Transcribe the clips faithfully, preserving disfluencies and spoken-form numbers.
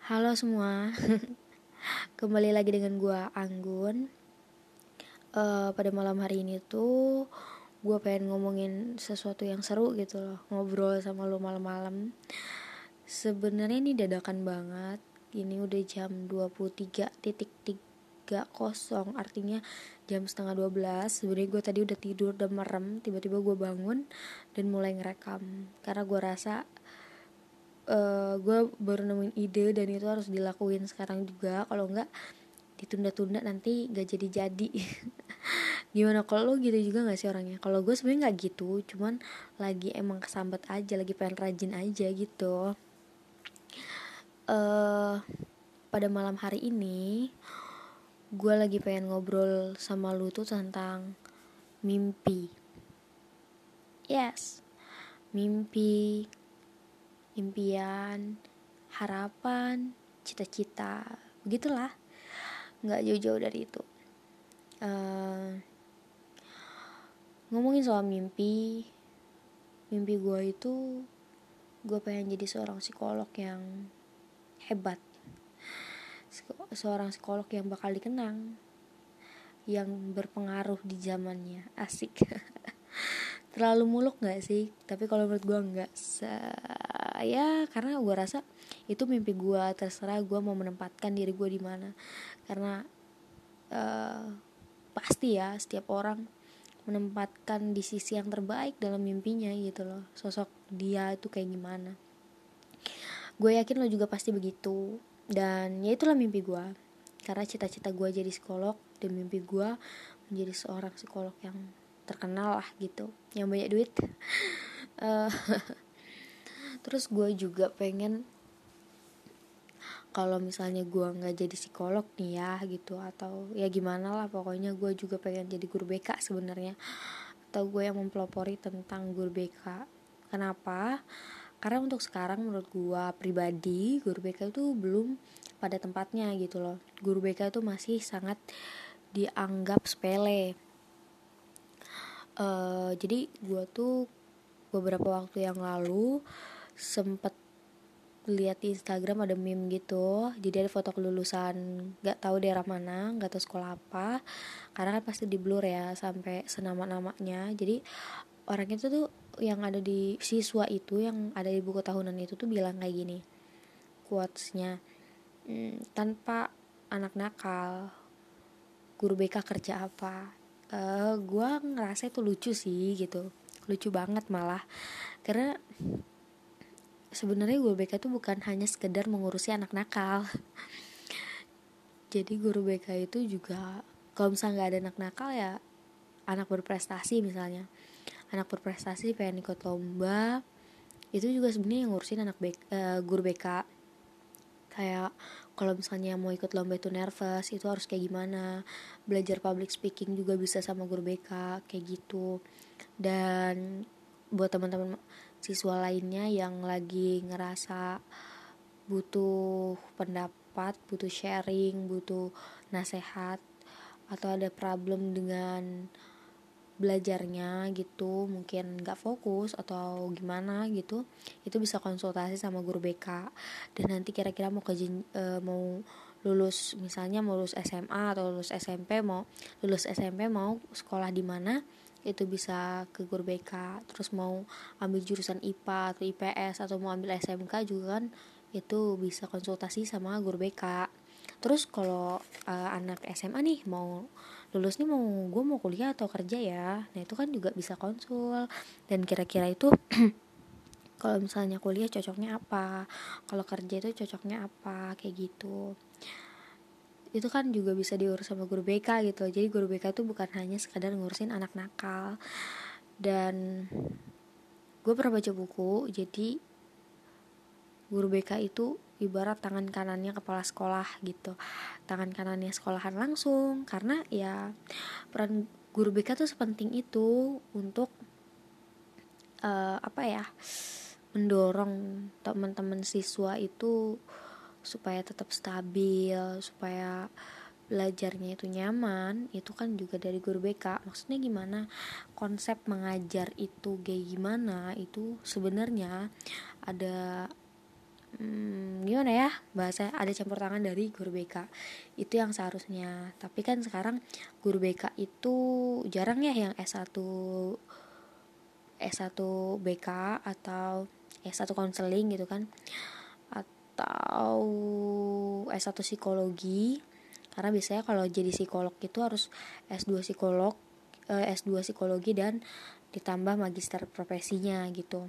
Halo semua, kembali lagi dengan gua Anggun. Uh, pada malam hari ini tuh gua pengen ngomongin sesuatu yang seru gitu loh, ngobrol sama lo malam-malam. Sebenarnya ini dadakan banget. Ini udah jam dua puluh tiga tiga nol, artinya jam setengah dua belas. Sebenarnya gue tadi udah tidur, udah merem. Tiba-tiba gue bangun dan mulai ngerekam karena gue rasa Uh, gue baru nemuin ide dan itu harus dilakuin sekarang juga. Kalau enggak ditunda-tunda nanti gak jadi-jadi. Gimana kalau lo gitu juga gak sih orangnya? Kalau gue sebenarnya gak gitu, cuman lagi emang kesambet aja, lagi pengen rajin aja gitu. uh, Pada malam hari ini gue lagi pengen ngobrol sama lo tuh tentang mimpi. Yes, mimpi, impian, harapan, cita-cita, begitulah. Nggak jauh-jauh dari itu. Uh, ngomongin soal mimpi, mimpi gue itu gue pengen jadi seorang psikolog yang hebat, seorang psikolog yang bakal dikenang, yang berpengaruh di zamannya. Asik. Terlalu muluk nggak sih? Tapi kalau menurut gue nggak. Ya karena gue rasa itu mimpi gue, terserah gue mau menempatkan diri gue di mana. Karena uh, pasti ya setiap orang menempatkan di sisi yang terbaik dalam mimpinya gitu loh. Sosok dia itu kayak gimana. Gue yakin lo juga pasti begitu. Dan ya itulah mimpi gue. Karena cita-cita gue jadi psikolog dan mimpi gue menjadi seorang psikolog yang terkenal lah gitu, yang banyak duit. uh, Terus gue juga pengen kalau misalnya gue nggak jadi psikolog nih ya gitu, atau ya gimana lah pokoknya gue juga pengen jadi guru B K sebenarnya, atau gue yang mempelopori tentang guru B K. Kenapa? Karena untuk sekarang menurut gue pribadi guru B K itu belum pada tempatnya gitu loh. Guru B K itu masih sangat dianggap sepele. Uh, jadi gue tuh beberapa waktu yang lalu sempet lihat di Instagram ada meme gitu. Jadi ada foto kelulusan, nggak tahu daerah mana, nggak tahu sekolah apa, karena kan pasti di blur ya sampai senama-namanya. Jadi orang itu tuh yang ada di siswa itu yang ada di buku tahunan itu tuh bilang kayak gini quotesnya, hmm, tanpa anak nakal guru B K kerja apa? Uh, gue ngerasa itu lucu sih gitu, lucu banget malah, karena sebenarnya guru B K itu bukan hanya sekedar mengurusi anak nakal. Jadi guru B K itu juga kalau misalnya nggak ada anak nakal ya anak berprestasi misalnya, anak berprestasi pengen ikut lomba, itu juga sebenarnya yang ngurusin anak B K, uh, guru B K. Kayak kalau misalnya mau ikut lomba itu nervous, itu harus kayak gimana, belajar public speaking juga bisa sama guru B K kayak gitu. Dan buat teman-teman siswa lainnya yang lagi ngerasa butuh pendapat, butuh sharing, butuh nasihat, atau ada problem dengan belajarnya gitu, mungkin gak fokus atau gimana gitu, itu bisa konsultasi sama guru B K. Dan nanti kira-kira mau ke uh, mau lulus, misalnya mau lulus S M A atau lulus S M P, mau lulus S M P mau sekolah di mana, itu bisa ke guru B K. Terus mau ambil jurusan I P A atau I P S atau mau ambil S M K juga kan itu bisa konsultasi sama guru B K. Terus kalau uh, anak S M A nih mau lulus nih, mau gue mau kuliah atau kerja ya, nah itu kan juga bisa konsul. Dan kira-kira itu kalau misalnya kuliah cocoknya apa, kalau kerja itu cocoknya apa, kayak gitu. Itu kan juga bisa diurus sama guru B K gitu. Jadi guru B K itu bukan hanya sekadar ngurusin anak nakal. Dan gue pernah baca buku, jadi guru B K itu ibarat tangan kanannya kepala sekolah gitu, tangan kanannya sekolahan langsung. Karena ya peran guru B K tuh sepenting itu untuk uh, apa ya, mendorong teman-teman siswa itu supaya tetap stabil, supaya belajarnya itu nyaman. Itu kan juga dari guru B K. Maksudnya gimana, konsep mengajar itu kayak gimana, itu sebenarnya ada hmm, gimana ya bahasa, ada campur tangan dari guru B K. Itu yang seharusnya. Tapi kan sekarang guru B K itu jarang ya yang S satu S satu B K atau S satu konseling gitu kan, atau S satu psikologi. Karena biasanya kalau jadi psikolog itu harus S dua psikolog, eh, S dua psikologi dan ditambah magister profesinya gitu.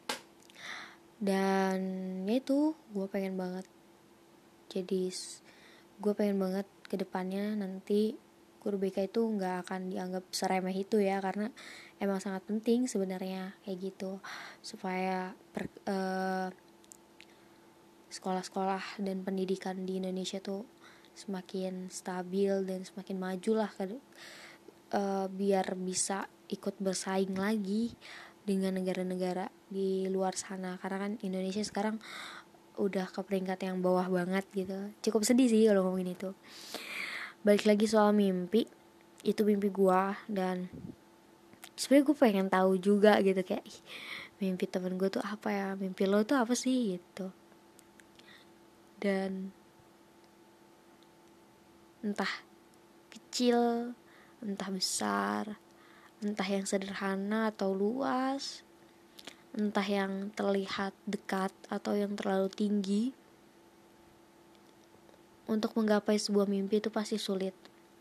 Dan ya itu, gue pengen banget jadi gue pengen banget kedepannya nanti guru B K itu nggak akan dianggap seremeh itu ya, karena emang sangat penting sebenarnya kayak gitu, supaya per, uh, sekolah-sekolah dan pendidikan di Indonesia tuh semakin stabil dan semakin maju lah, uh, biar bisa ikut bersaing lagi dengan negara-negara di luar sana. Karena kan Indonesia sekarang udah ke peringkat yang bawah banget gitu. Cukup sedih sih kalau ngomongin itu. Balik lagi soal mimpi, itu mimpi gue, dan sebenarnya gue pengen tahu juga gitu kayak ih, mimpi temen gue tuh apa ya, mimpi lo tuh apa sih gitu. Dan entah kecil, entah besar, entah yang sederhana atau luas, entah yang terlihat dekat atau yang terlalu tinggi, untuk menggapai sebuah mimpi itu pasti sulit.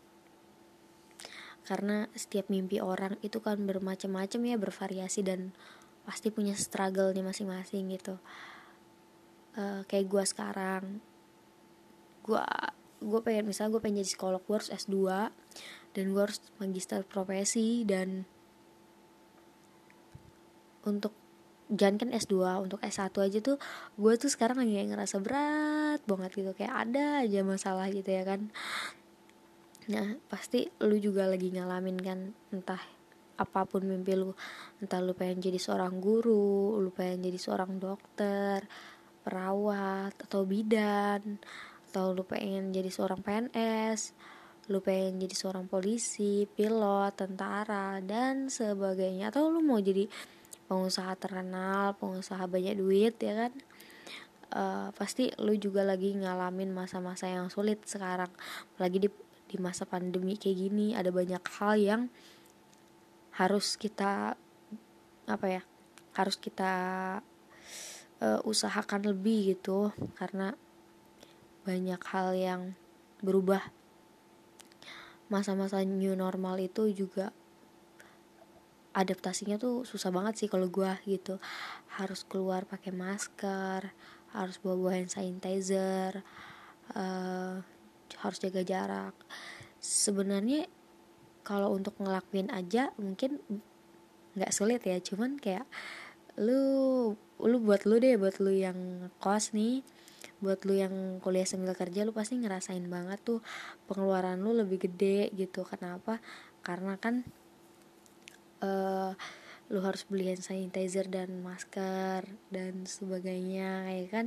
Karena setiap mimpi orang itu kan bermacam-macam ya, bervariasi, dan pasti punya struggle-nya masing-masing gitu. Uh, kayak gue sekarang, gue gue pengen misalnya gue pengen jadi psikolog, gue harus S dua dan gue harus magister profesi. Dan untuk jangan kan S dua, untuk S satu aja tuh gue tuh sekarang lagi ngerasa berat banget gitu, kayak ada aja masalah gitu ya kan. Nah pasti lu juga lagi ngalamin kan, entah apapun mimpi lu, entah lu pengen jadi seorang guru, lu pengen jadi seorang dokter, perawat, atau bidan, atau lu pengen jadi seorang P N S, lu pengen jadi seorang polisi, pilot, tentara, dan sebagainya, atau lu mau jadi pengusaha terkenal, pengusaha banyak duit ya kan. Uh, pasti lu juga lagi ngalamin masa-masa yang sulit sekarang, apalagi di di masa pandemi kayak gini. Ada banyak hal yang harus kita apa ya harus kita uh, usahakan lebih gitu, karena banyak hal yang berubah. Masa-masa new normal itu juga adaptasinya tuh susah banget sih kalau gue gitu. Harus keluar pakai masker, harus bawa hand sanitizer, uh, harus jaga jarak. Sebenarnya kalau untuk ngelakuin aja mungkin nggak sulit ya, cuman kayak lu lu buat lu deh buat lu yang kos nih, buat lu yang kuliah sambil kerja, lu pasti ngerasain banget tuh pengeluaran lu lebih gede gitu. Kenapa? Karena kan uh, lu harus beli hand sanitizer dan masker dan sebagainya ya kan.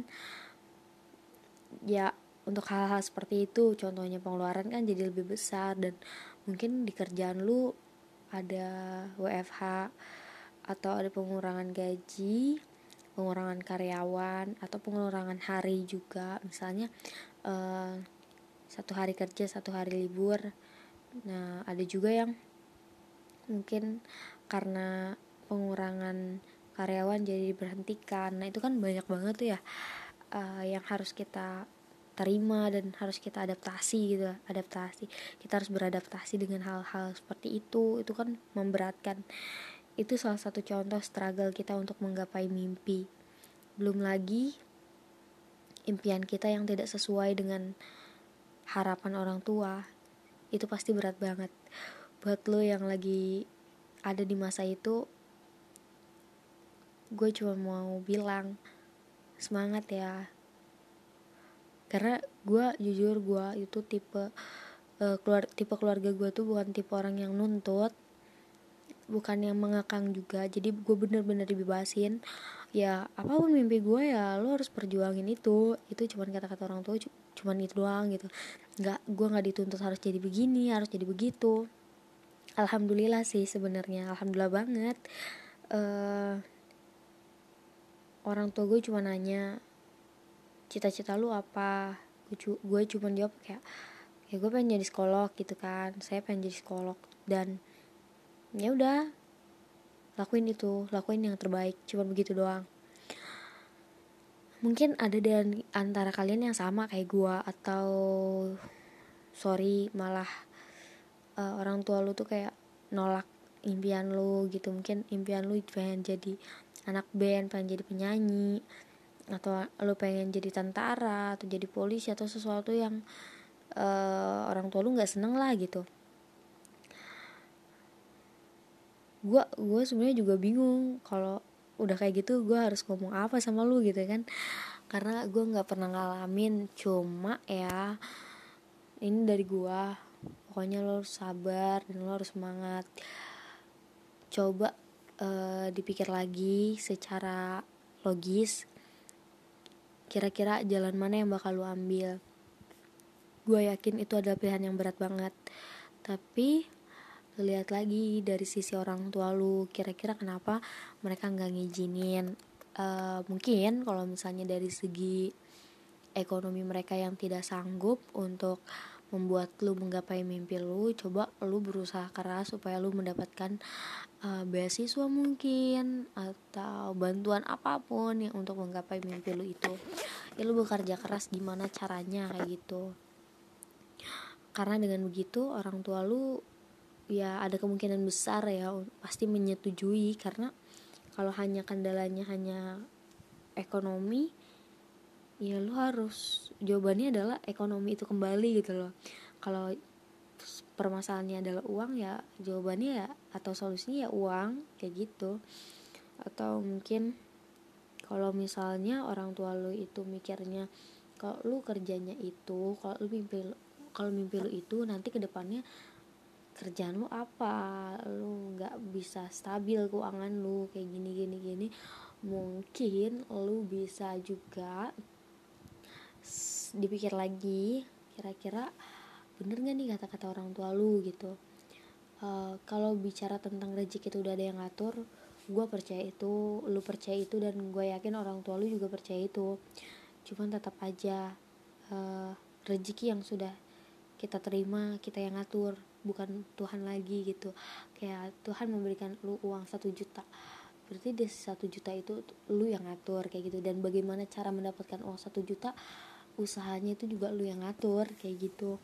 Ya untuk hal-hal seperti itu contohnya pengeluaran kan jadi lebih besar. Dan mungkin di kerjaan lu ada W F H, atau ada pengurangan gaji, pengurangan karyawan, atau pengurangan hari juga. Misalnya uh, satu hari kerja, satu hari libur. Nah ada juga yang mungkin karena pengurangan karyawan jadi diberhentikan. Nah itu kan banyak banget tuh ya uh, yang harus kita terima dan harus kita adaptasi gitu. Adaptasi, kita harus beradaptasi dengan hal-hal seperti itu. Itu kan memberatkan. Itu salah satu contoh struggle kita untuk menggapai mimpi. Belum lagi impian kita yang tidak sesuai dengan harapan orang tua. Itu pasti berat banget. Buat lo yang lagi ada di masa itu, gue cuma mau bilang semangat ya. Karena gue jujur, gue itu tipe uh, keluar, tipe keluarga gue tuh bukan tipe orang yang nuntut, bukan yang mengekang juga. Jadi gue bener-bener dibebasin. Ya apapun mimpi gue ya lo harus perjuangin itu. Itu cuman kata-kata orang tua, cuman itu doang gitu. Nggak, gue nggak dituntut harus jadi begini, harus jadi begitu. Alhamdulillah sih sebenarnya, alhamdulillah banget. Uh, orang tua gue cuma nanya, cita-cita lu apa? Gue, gue cuma jawab kayak ya gue pengen jadi psikolog gitu kan, saya pengen jadi psikolog, dan ya udah lakuin itu, lakuin yang terbaik, cuma begitu doang. Mungkin ada dari antara kalian yang sama kayak gue, atau sorry malah uh, orang tua lu tuh kayak nolak impian lu gitu. Mungkin impian lu pengen jadi anak band, pengen jadi penyanyi, atau lu pengen jadi tentara atau jadi polisi atau sesuatu yang uh, orang tua lu nggak seneng lah gitu. Gue gue sebenarnya juga bingung kalau udah kayak gitu gue harus ngomong apa sama lu gitu kan, karena gue nggak pernah ngalamin. Cuma ya ini dari gue, pokoknya lo harus sabar dan lo harus semangat. Coba uh, dipikir lagi secara logis, kira-kira jalan mana yang bakal lo ambil. Gue yakin itu adalah pilihan yang berat banget, tapi lihat lagi dari sisi orang tua lu, kira-kira kenapa mereka nggak ngizinin. Uh, mungkin kalau misalnya dari segi ekonomi mereka yang tidak sanggup untuk membuat lu menggapai mimpi lu, coba lu berusaha keras supaya lu mendapatkan uh, beasiswa mungkin atau bantuan apapun yang untuk menggapai mimpi lu itu. Ya lu bekerja keras gimana caranya kayak gitu, karena dengan begitu orang tua lu ya ada kemungkinan besar ya pasti menyetujui. Karena kalau hanya kendalanya hanya ekonomi, ya lu harus jawabannya adalah ekonomi itu kembali gitu loh. Kalau permasalahannya adalah uang, ya jawabannya ya atau solusinya ya uang kayak gitu. Atau mungkin kalau misalnya orang tua lu itu mikirnya kalau lu kerjanya itu, kalau lu mimpi kalau mimpi lu itu nanti kedepannya kerjaan lu apa, lu nggak bisa stabil keuangan lu kayak gini gini gini, mungkin lu bisa juga dipikir lagi, kira-kira bener nggak nih kata-kata orang tua lu gitu. Uh, kalau bicara tentang rezeki itu udah ada yang ngatur, gue percaya itu, lu percaya itu, dan gue yakin orang tua lu juga percaya itu. Cuman tetap aja uh, rezeki yang sudah kita terima kita yang ngatur, bukan Tuhan lagi gitu. Kayak Tuhan memberikan lu uang satu juta, berarti dari satu juta itu lu yang ngatur kayak gitu. Dan bagaimana cara mendapatkan uang satu juta, usahanya itu juga lu yang ngatur kayak gitu.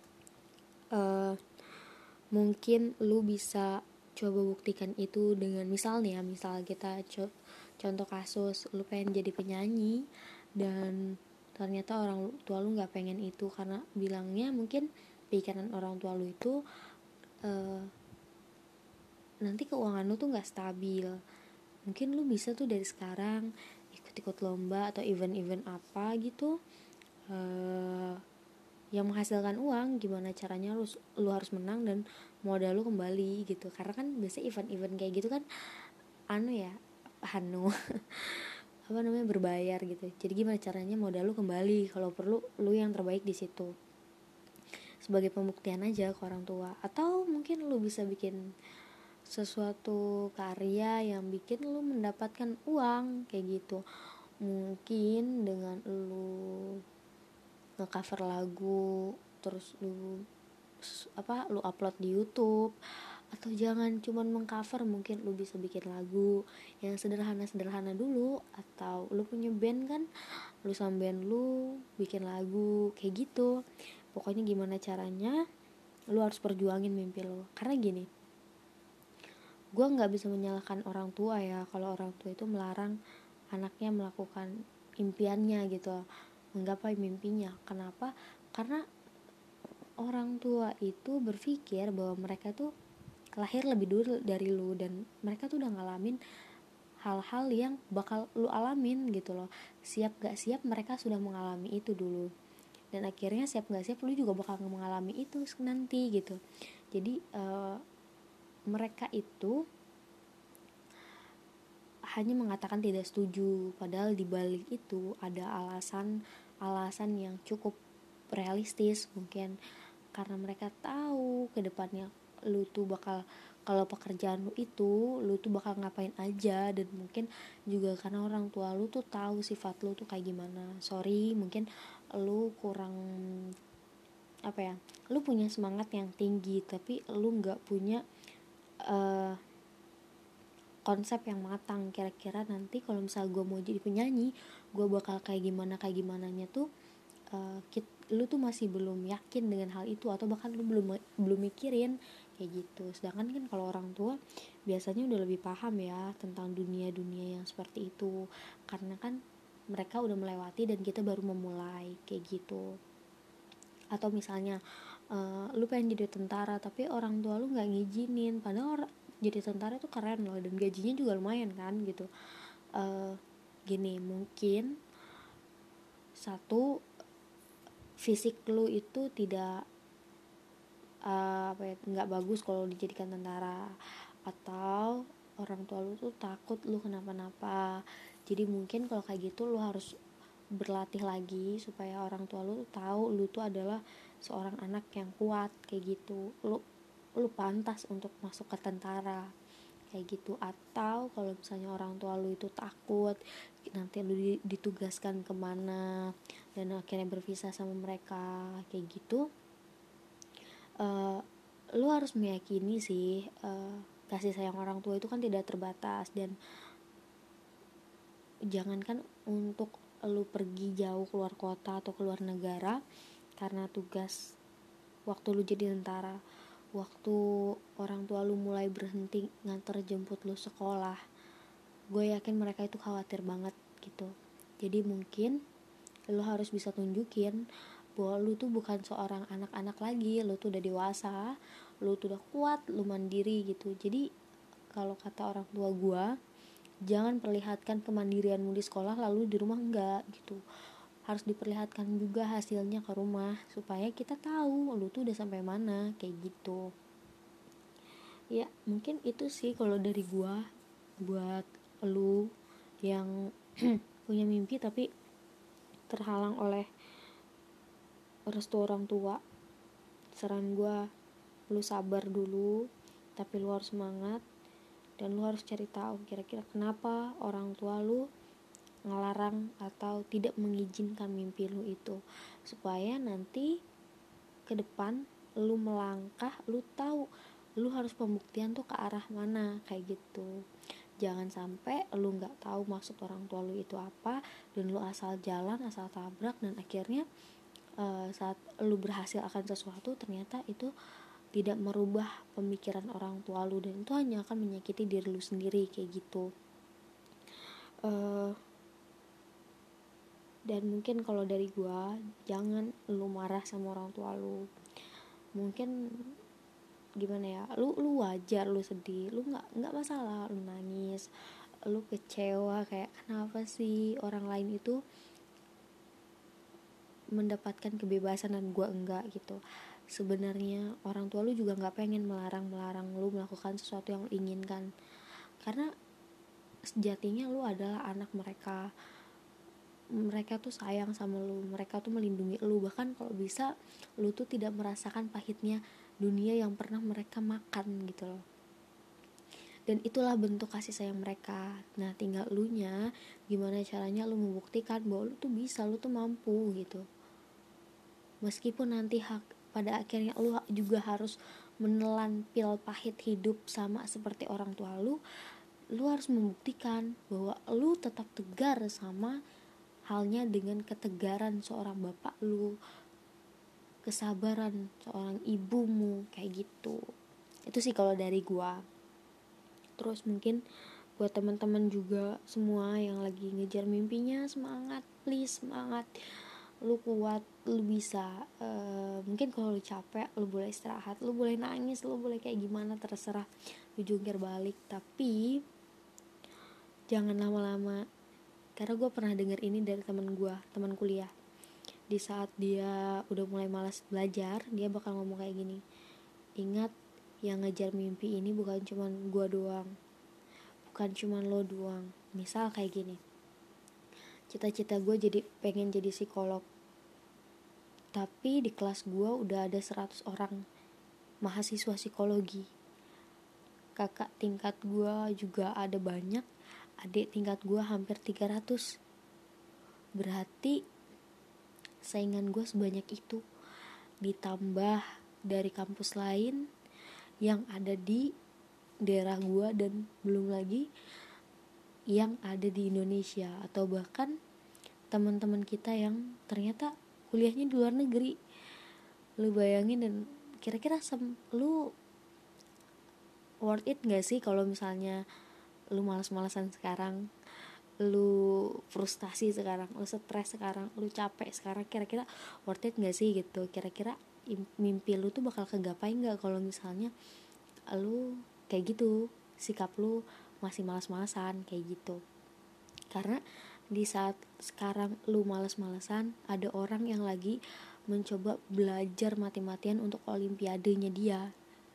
Uh, mungkin lu bisa coba buktikan itu dengan misalnya, misal kita co- contoh kasus lu pengen jadi penyanyi dan ternyata orang tua lu nggak pengen itu karena bilangnya mungkin pikiran orang tua lu itu uh, nanti keuangan lu tuh nggak stabil. Mungkin lu bisa tuh dari sekarang ikut-ikut lomba atau event-event apa gitu uh, yang menghasilkan uang. Gimana caranya lu, lu harus menang dan modal lu kembali gitu. Karena kan biasanya event-event kayak gitu kan anu ya anu apa namanya berbayar gitu. Jadi gimana caranya modal lu kembali, kalau perlu lu yang terbaik di situ sebagai pembuktian aja ke orang tua. Atau mungkin lu bisa bikin sesuatu karya yang bikin lu mendapatkan uang kayak gitu. Mungkin dengan lu nge-cover lagu terus lu apa lu upload di YouTube, atau jangan cuman mengcover, mungkin lu bisa bikin lagu yang sederhana-sederhana dulu. Atau lu punya band kan, lu sama band lu bikin lagu kayak gitu. Pokoknya gimana caranya lu harus perjuangin mimpi lu. Karena gini, gue nggak bisa menyalahkan orang tua ya kalau orang tua itu melarang anaknya melakukan impiannya gitu, menggapai mimpinya. Kenapa? Karena orang tua itu berpikir bahwa mereka tuh lahir lebih dulu dari lu, dan mereka tuh udah ngalamin hal-hal yang bakal lu alamin gitu loh. Siap gak siap mereka sudah mengalami itu dulu, dan akhirnya siap gak siap lu juga bakal mengalami itu nanti gitu. Jadi uh, mereka itu hanya mengatakan tidak setuju, padahal dibalik itu ada alasan-alasan yang cukup realistis. Mungkin karena mereka tahu ke depannya lu tuh bakal, kalau pekerjaan lu itu lu tuh bakal ngapain aja, dan mungkin juga karena orang tua lu tuh tahu sifat lu tuh kayak gimana. Sorry, mungkin lu kurang apa ya, lu punya semangat yang tinggi tapi lu nggak punya uh, konsep yang matang. Kira-kira nanti kalau misal gue mau jadi penyanyi, gue bakal kayak gimana kayak gimana nya tuh uh, kit, lu tuh masih belum yakin dengan hal itu, atau bahkan lu belum belum mikirin kayak gitu. Sedangkan kan kalau orang tua biasanya udah lebih paham ya tentang dunia-dunia yang seperti itu, karena kan mereka udah melewati dan kita baru memulai kayak gitu. Atau misalnya uh, lu pengen jadi tentara tapi orang tua lu nggak ngizinin, padahal or- jadi tentara itu keren loh dan gajinya juga lumayan kan gitu. Uh, gini, mungkin satu, fisik lu itu tidak uh, apa ya, nggak bagus kalau dijadikan tentara, atau orang tua lu tuh takut lu kenapa-napa. Jadi mungkin kalau kayak gitu lu harus berlatih lagi supaya orang tua lu tahu lu tuh adalah seorang anak yang kuat kayak gitu. Lu lu pantas untuk masuk ke tentara kayak gitu. Atau kalau misalnya orang tua lu itu takut nanti lu ditugaskan kemana dan akhirnya berpisah sama mereka kayak gitu, uh, lu harus meyakini sih uh, kasih sayang orang tua itu kan tidak terbatas. Dan jangankan untuk lu pergi jauh keluar kota atau keluar negara karena tugas, waktu lu jadi tentara, waktu orang tua lu mulai berhenti nganter jemput lu sekolah, gue yakin mereka itu khawatir banget gitu. Jadi mungkin lu harus bisa tunjukin bahwa lu tuh bukan seorang anak-anak lagi, lu tuh udah dewasa, lu tuh udah kuat, lu mandiri gitu. Jadi kalau kata orang tua gue, jangan perlihatkan kemandirianmu di sekolah lalu di rumah enggak gitu. Harus diperlihatkan juga hasilnya ke rumah supaya kita tahu lu tuh udah sampai mana kayak gitu. Ya mungkin itu sih kalau dari gua buat lu yang punya mimpi tapi terhalang oleh restu orang tua. Saran gua, lu sabar dulu, tapi lu harus semangat dan lu harus cari tahu kira-kira kenapa orang tua lu ngelarang atau tidak mengizinkan mimpi lu itu, supaya nanti ke depan lu melangkah, lu tahu lu harus pembuktian tuh ke arah mana kayak gitu. Jangan sampai lu nggak tahu maksud orang tua lu itu apa dan lu asal jalan, asal tabrak, dan akhirnya uh, saat lu berhasil akan sesuatu ternyata itu tidak merubah pemikiran orang tua lu, dan itu hanya akan menyakiti diri lu sendiri kayak gitu. Uh, dan mungkin kalau dari gua, jangan lu marah sama orang tua lu. Mungkin gimana ya, lu lu wajar lu sedih, lu nggak nggak masalah lu nangis, lu kecewa kayak kenapa sih orang lain itu mendapatkan kebebasan dan gua enggak gitu. Sebenarnya orang tua lu juga nggak pengen melarang-melarang lu melakukan sesuatu yang lu inginkan, karena sejatinya lu adalah anak mereka. Mereka tuh sayang sama lu, mereka tuh melindungi lu, bahkan kalau bisa lu tuh tidak merasakan pahitnya dunia yang pernah mereka makan gitu loh. Dan itulah bentuk kasih sayang mereka. Nah tinggal lu nya gimana caranya lu membuktikan bahwa lu tuh bisa, lu tuh mampu gitu. Meskipun nanti hak, pada akhirnya lu juga harus menelan pil pahit hidup sama seperti orang tua lu, lu harus membuktikan bahwa lu tetap tegar sama halnya dengan ketegaran seorang bapak lu, kesabaran seorang ibumu kayak gitu. Itu sih kalau dari gua. Terus mungkin buat teman-teman juga semua yang lagi ngejar mimpinya, semangat, please semangat. Lu kuat, lu bisa. Uh, mungkin kalau lu capek, lu boleh istirahat, lu boleh nangis, lu boleh kayak gimana terserah, lu jungkir balik, tapi jangan lama-lama. Karena gue pernah denger ini dari teman gue, teman kuliah. Di saat dia udah mulai malas belajar, dia bakal ngomong kayak gini, ingat, yang ngejar mimpi ini bukan cuma gue doang, bukan cuma lo doang. Misal kayak gini, cita-cita gue jadi pengen jadi psikolog, tapi di kelas gue udah ada seratus orang mahasiswa psikologi. Kakak tingkat gue juga ada banyak, adik tingkat gue hampir tiga ratus. Berarti saingan gue sebanyak itu, ditambah dari kampus lain yang ada di daerah gue, dan belum lagi yang ada di Indonesia, atau bahkan teman-teman kita yang ternyata kuliahnya di luar negeri. Lu bayangin, dan kira-kira sem- lu worth it gak sih kalau misalnya lu malas-malasan sekarang, lu frustasi sekarang, lu stres sekarang, lu capek sekarang, kira-kira worth it gak sih gitu? Kira-kira mimpi lu tuh bakal kegapai gak kalau misalnya lu kayak gitu, sikap lu masih malas-malasan kayak gitu? Karena di saat sekarang lu malas-malasan, ada orang yang lagi mencoba belajar mati-matian untuk olimpiadenya dia.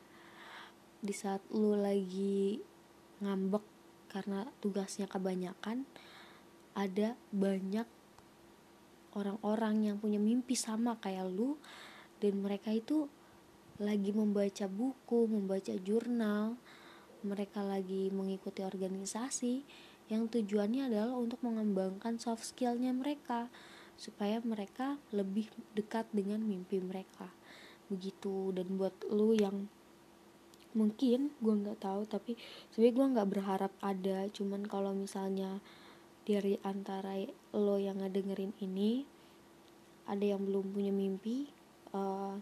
Di saat lu lagi ngambek karena tugasnya kebanyakan, ada banyak orang-orang yang punya mimpi sama kayak lu, dan mereka itu lagi membaca buku, membaca jurnal, mereka lagi mengikuti organisasi yang tujuannya adalah untuk mengembangkan soft skillnya mereka supaya mereka lebih dekat dengan mimpi mereka. Begitu. Dan buat lu yang mungkin gue nggak tahu, tapi sebenarnya gue nggak berharap ada, cuman kalau misalnya dari antara lo yang ngedengerin ini ada yang belum punya mimpi, uh,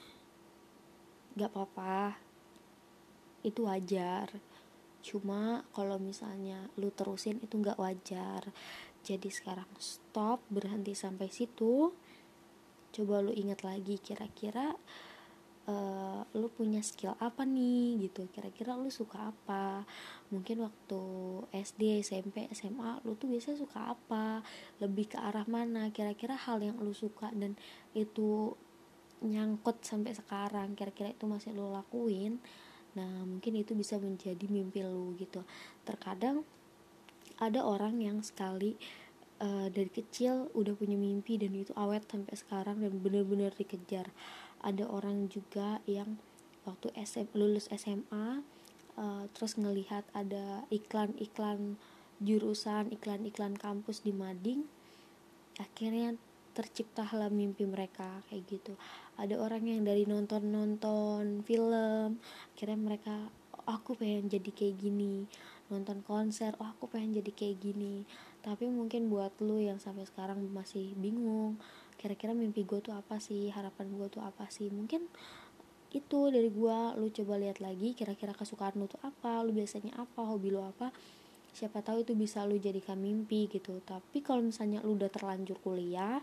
gak apa-apa, itu wajar. Cuma kalau misalnya lu terusin itu gak wajar. Jadi sekarang stop, berhenti sampai situ. Coba lu ingat lagi, kira-kira uh, lu punya skill apa nih gitu. Kira-kira lu suka apa? Mungkin waktu S D, S M P, S M A lu tuh biasanya suka apa? Lebih ke arah mana? Kira-kira hal yang lu suka dan itu nyangkut sampai sekarang, kira-kira itu masih lu lakuin. Nah mungkin itu bisa menjadi mimpi lu gitu. Terkadang ada orang yang sekali uh, dari kecil udah punya mimpi dan itu awet sampai sekarang dan benar-benar dikejar. Ada orang juga yang waktu S M, lulus S M A uh, terus ngelihat ada iklan-iklan jurusan, iklan-iklan kampus di mading, akhirnya terciptalah mimpi mereka kayak gitu. Ada orang yang dari nonton-nonton film, akhirnya mereka, oh, aku pengen jadi kayak gini. Nonton konser, oh aku pengen jadi kayak gini. Tapi mungkin buat lu yang sampai sekarang masih bingung, kira-kira mimpi gue tuh apa sih, harapan gue tuh apa sih, mungkin itu dari gue. Lu coba lihat lagi, kira-kira kesukaan lu tuh apa, lu biasanya apa, hobi lu apa. Siapa tahu itu bisa lu jadikan mimpi gitu. Tapi kalau misalnya lu udah terlanjur kuliah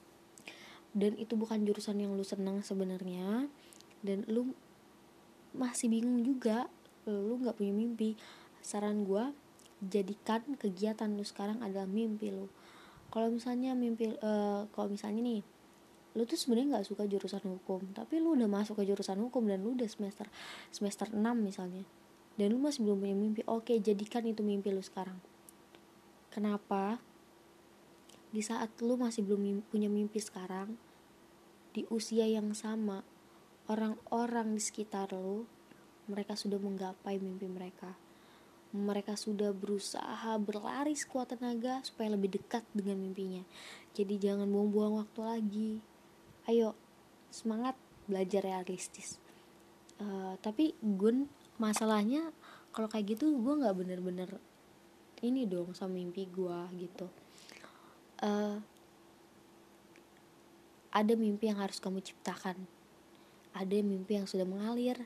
dan itu bukan jurusan yang lu senang sebenarnya, dan lu masih bingung juga, lu nggak punya mimpi, saran gue jadikan kegiatan lu sekarang adalah mimpi lu. Kalau misalnya mimpi, uh, kalau misalnya nih lu tuh sebenarnya nggak suka jurusan hukum, tapi lu udah masuk ke jurusan hukum dan lu udah semester semester enam misalnya, dan lu masih belum punya mimpi, oke, jadikan itu mimpi lu sekarang. Kenapa? Di saat lu masih belum mimpi, punya mimpi sekarang, di usia yang sama, orang-orang di sekitar lu, mereka sudah menggapai mimpi mereka. Mereka sudah berusaha berlari sekuat tenaga supaya lebih dekat dengan mimpinya. Jadi jangan buang-buang waktu lagi. Ayo, semangat belajar realistis. Uh, tapi gun, masalahnya kalau kayak gitu gue nggak bener-bener ini dong sama mimpi gue gitu. Uh, Ada mimpi yang harus kamu ciptakan, ada mimpi yang sudah mengalir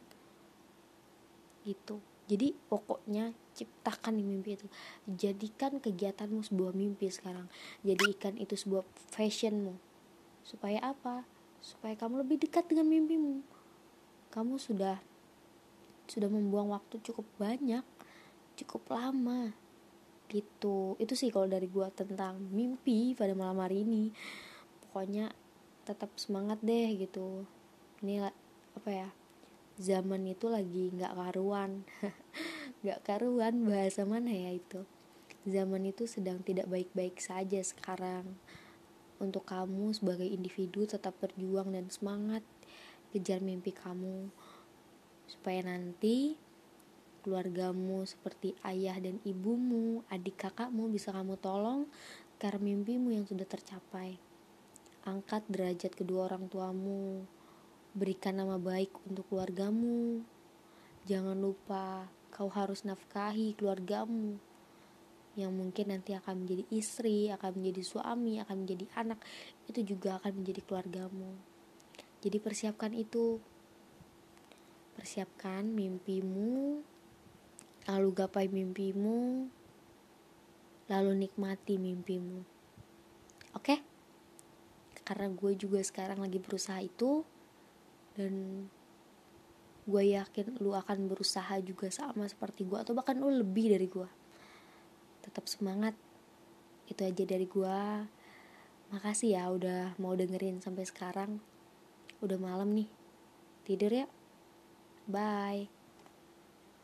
gitu. Jadi pokoknya ciptakan mimpi itu, jadikan kegiatanmu sebuah mimpi sekarang, jadikan itu sebuah passionmu. Supaya apa? Supaya kamu lebih dekat dengan mimpimu. Kamu sudah sudah membuang waktu cukup banyak, cukup lama gitu. Itu sih kalau dari gue tentang mimpi pada malam hari ini. Pokoknya tetap semangat deh gitu. Ini apa ya, zaman itu lagi gak karuan gak karuan bahasa mana ya itu, zaman itu sedang tidak baik-baik saja sekarang. Untuk kamu sebagai individu tetap berjuang dan semangat kejar mimpi kamu. supaya nanti keluargamu seperti ayah dan ibumu, adik kakakmu bisa kamu tolong karena mimpimu yang sudah tercapai. Angkat derajat kedua orang tuamu, berikan nama baik untuk keluargamu. Jangan lupa kau harus nafkahi keluargamu yang mungkin nanti akan menjadi istri, akan menjadi suami, akan menjadi anak, itu juga akan menjadi keluargamu. Jadi persiapkan itu, persiapkan mimpimu, lalu gapai mimpimu, lalu nikmati mimpimu. Oke? Karena gue juga sekarang lagi berusaha itu, dan gue yakin lu akan berusaha juga sama seperti gue, atau bahkan lu lebih dari gue. Tetap semangat. Itu aja dari gue. Makasih ya udah mau dengerin sampai sekarang. Udah malam nih. Tidur ya. Bye.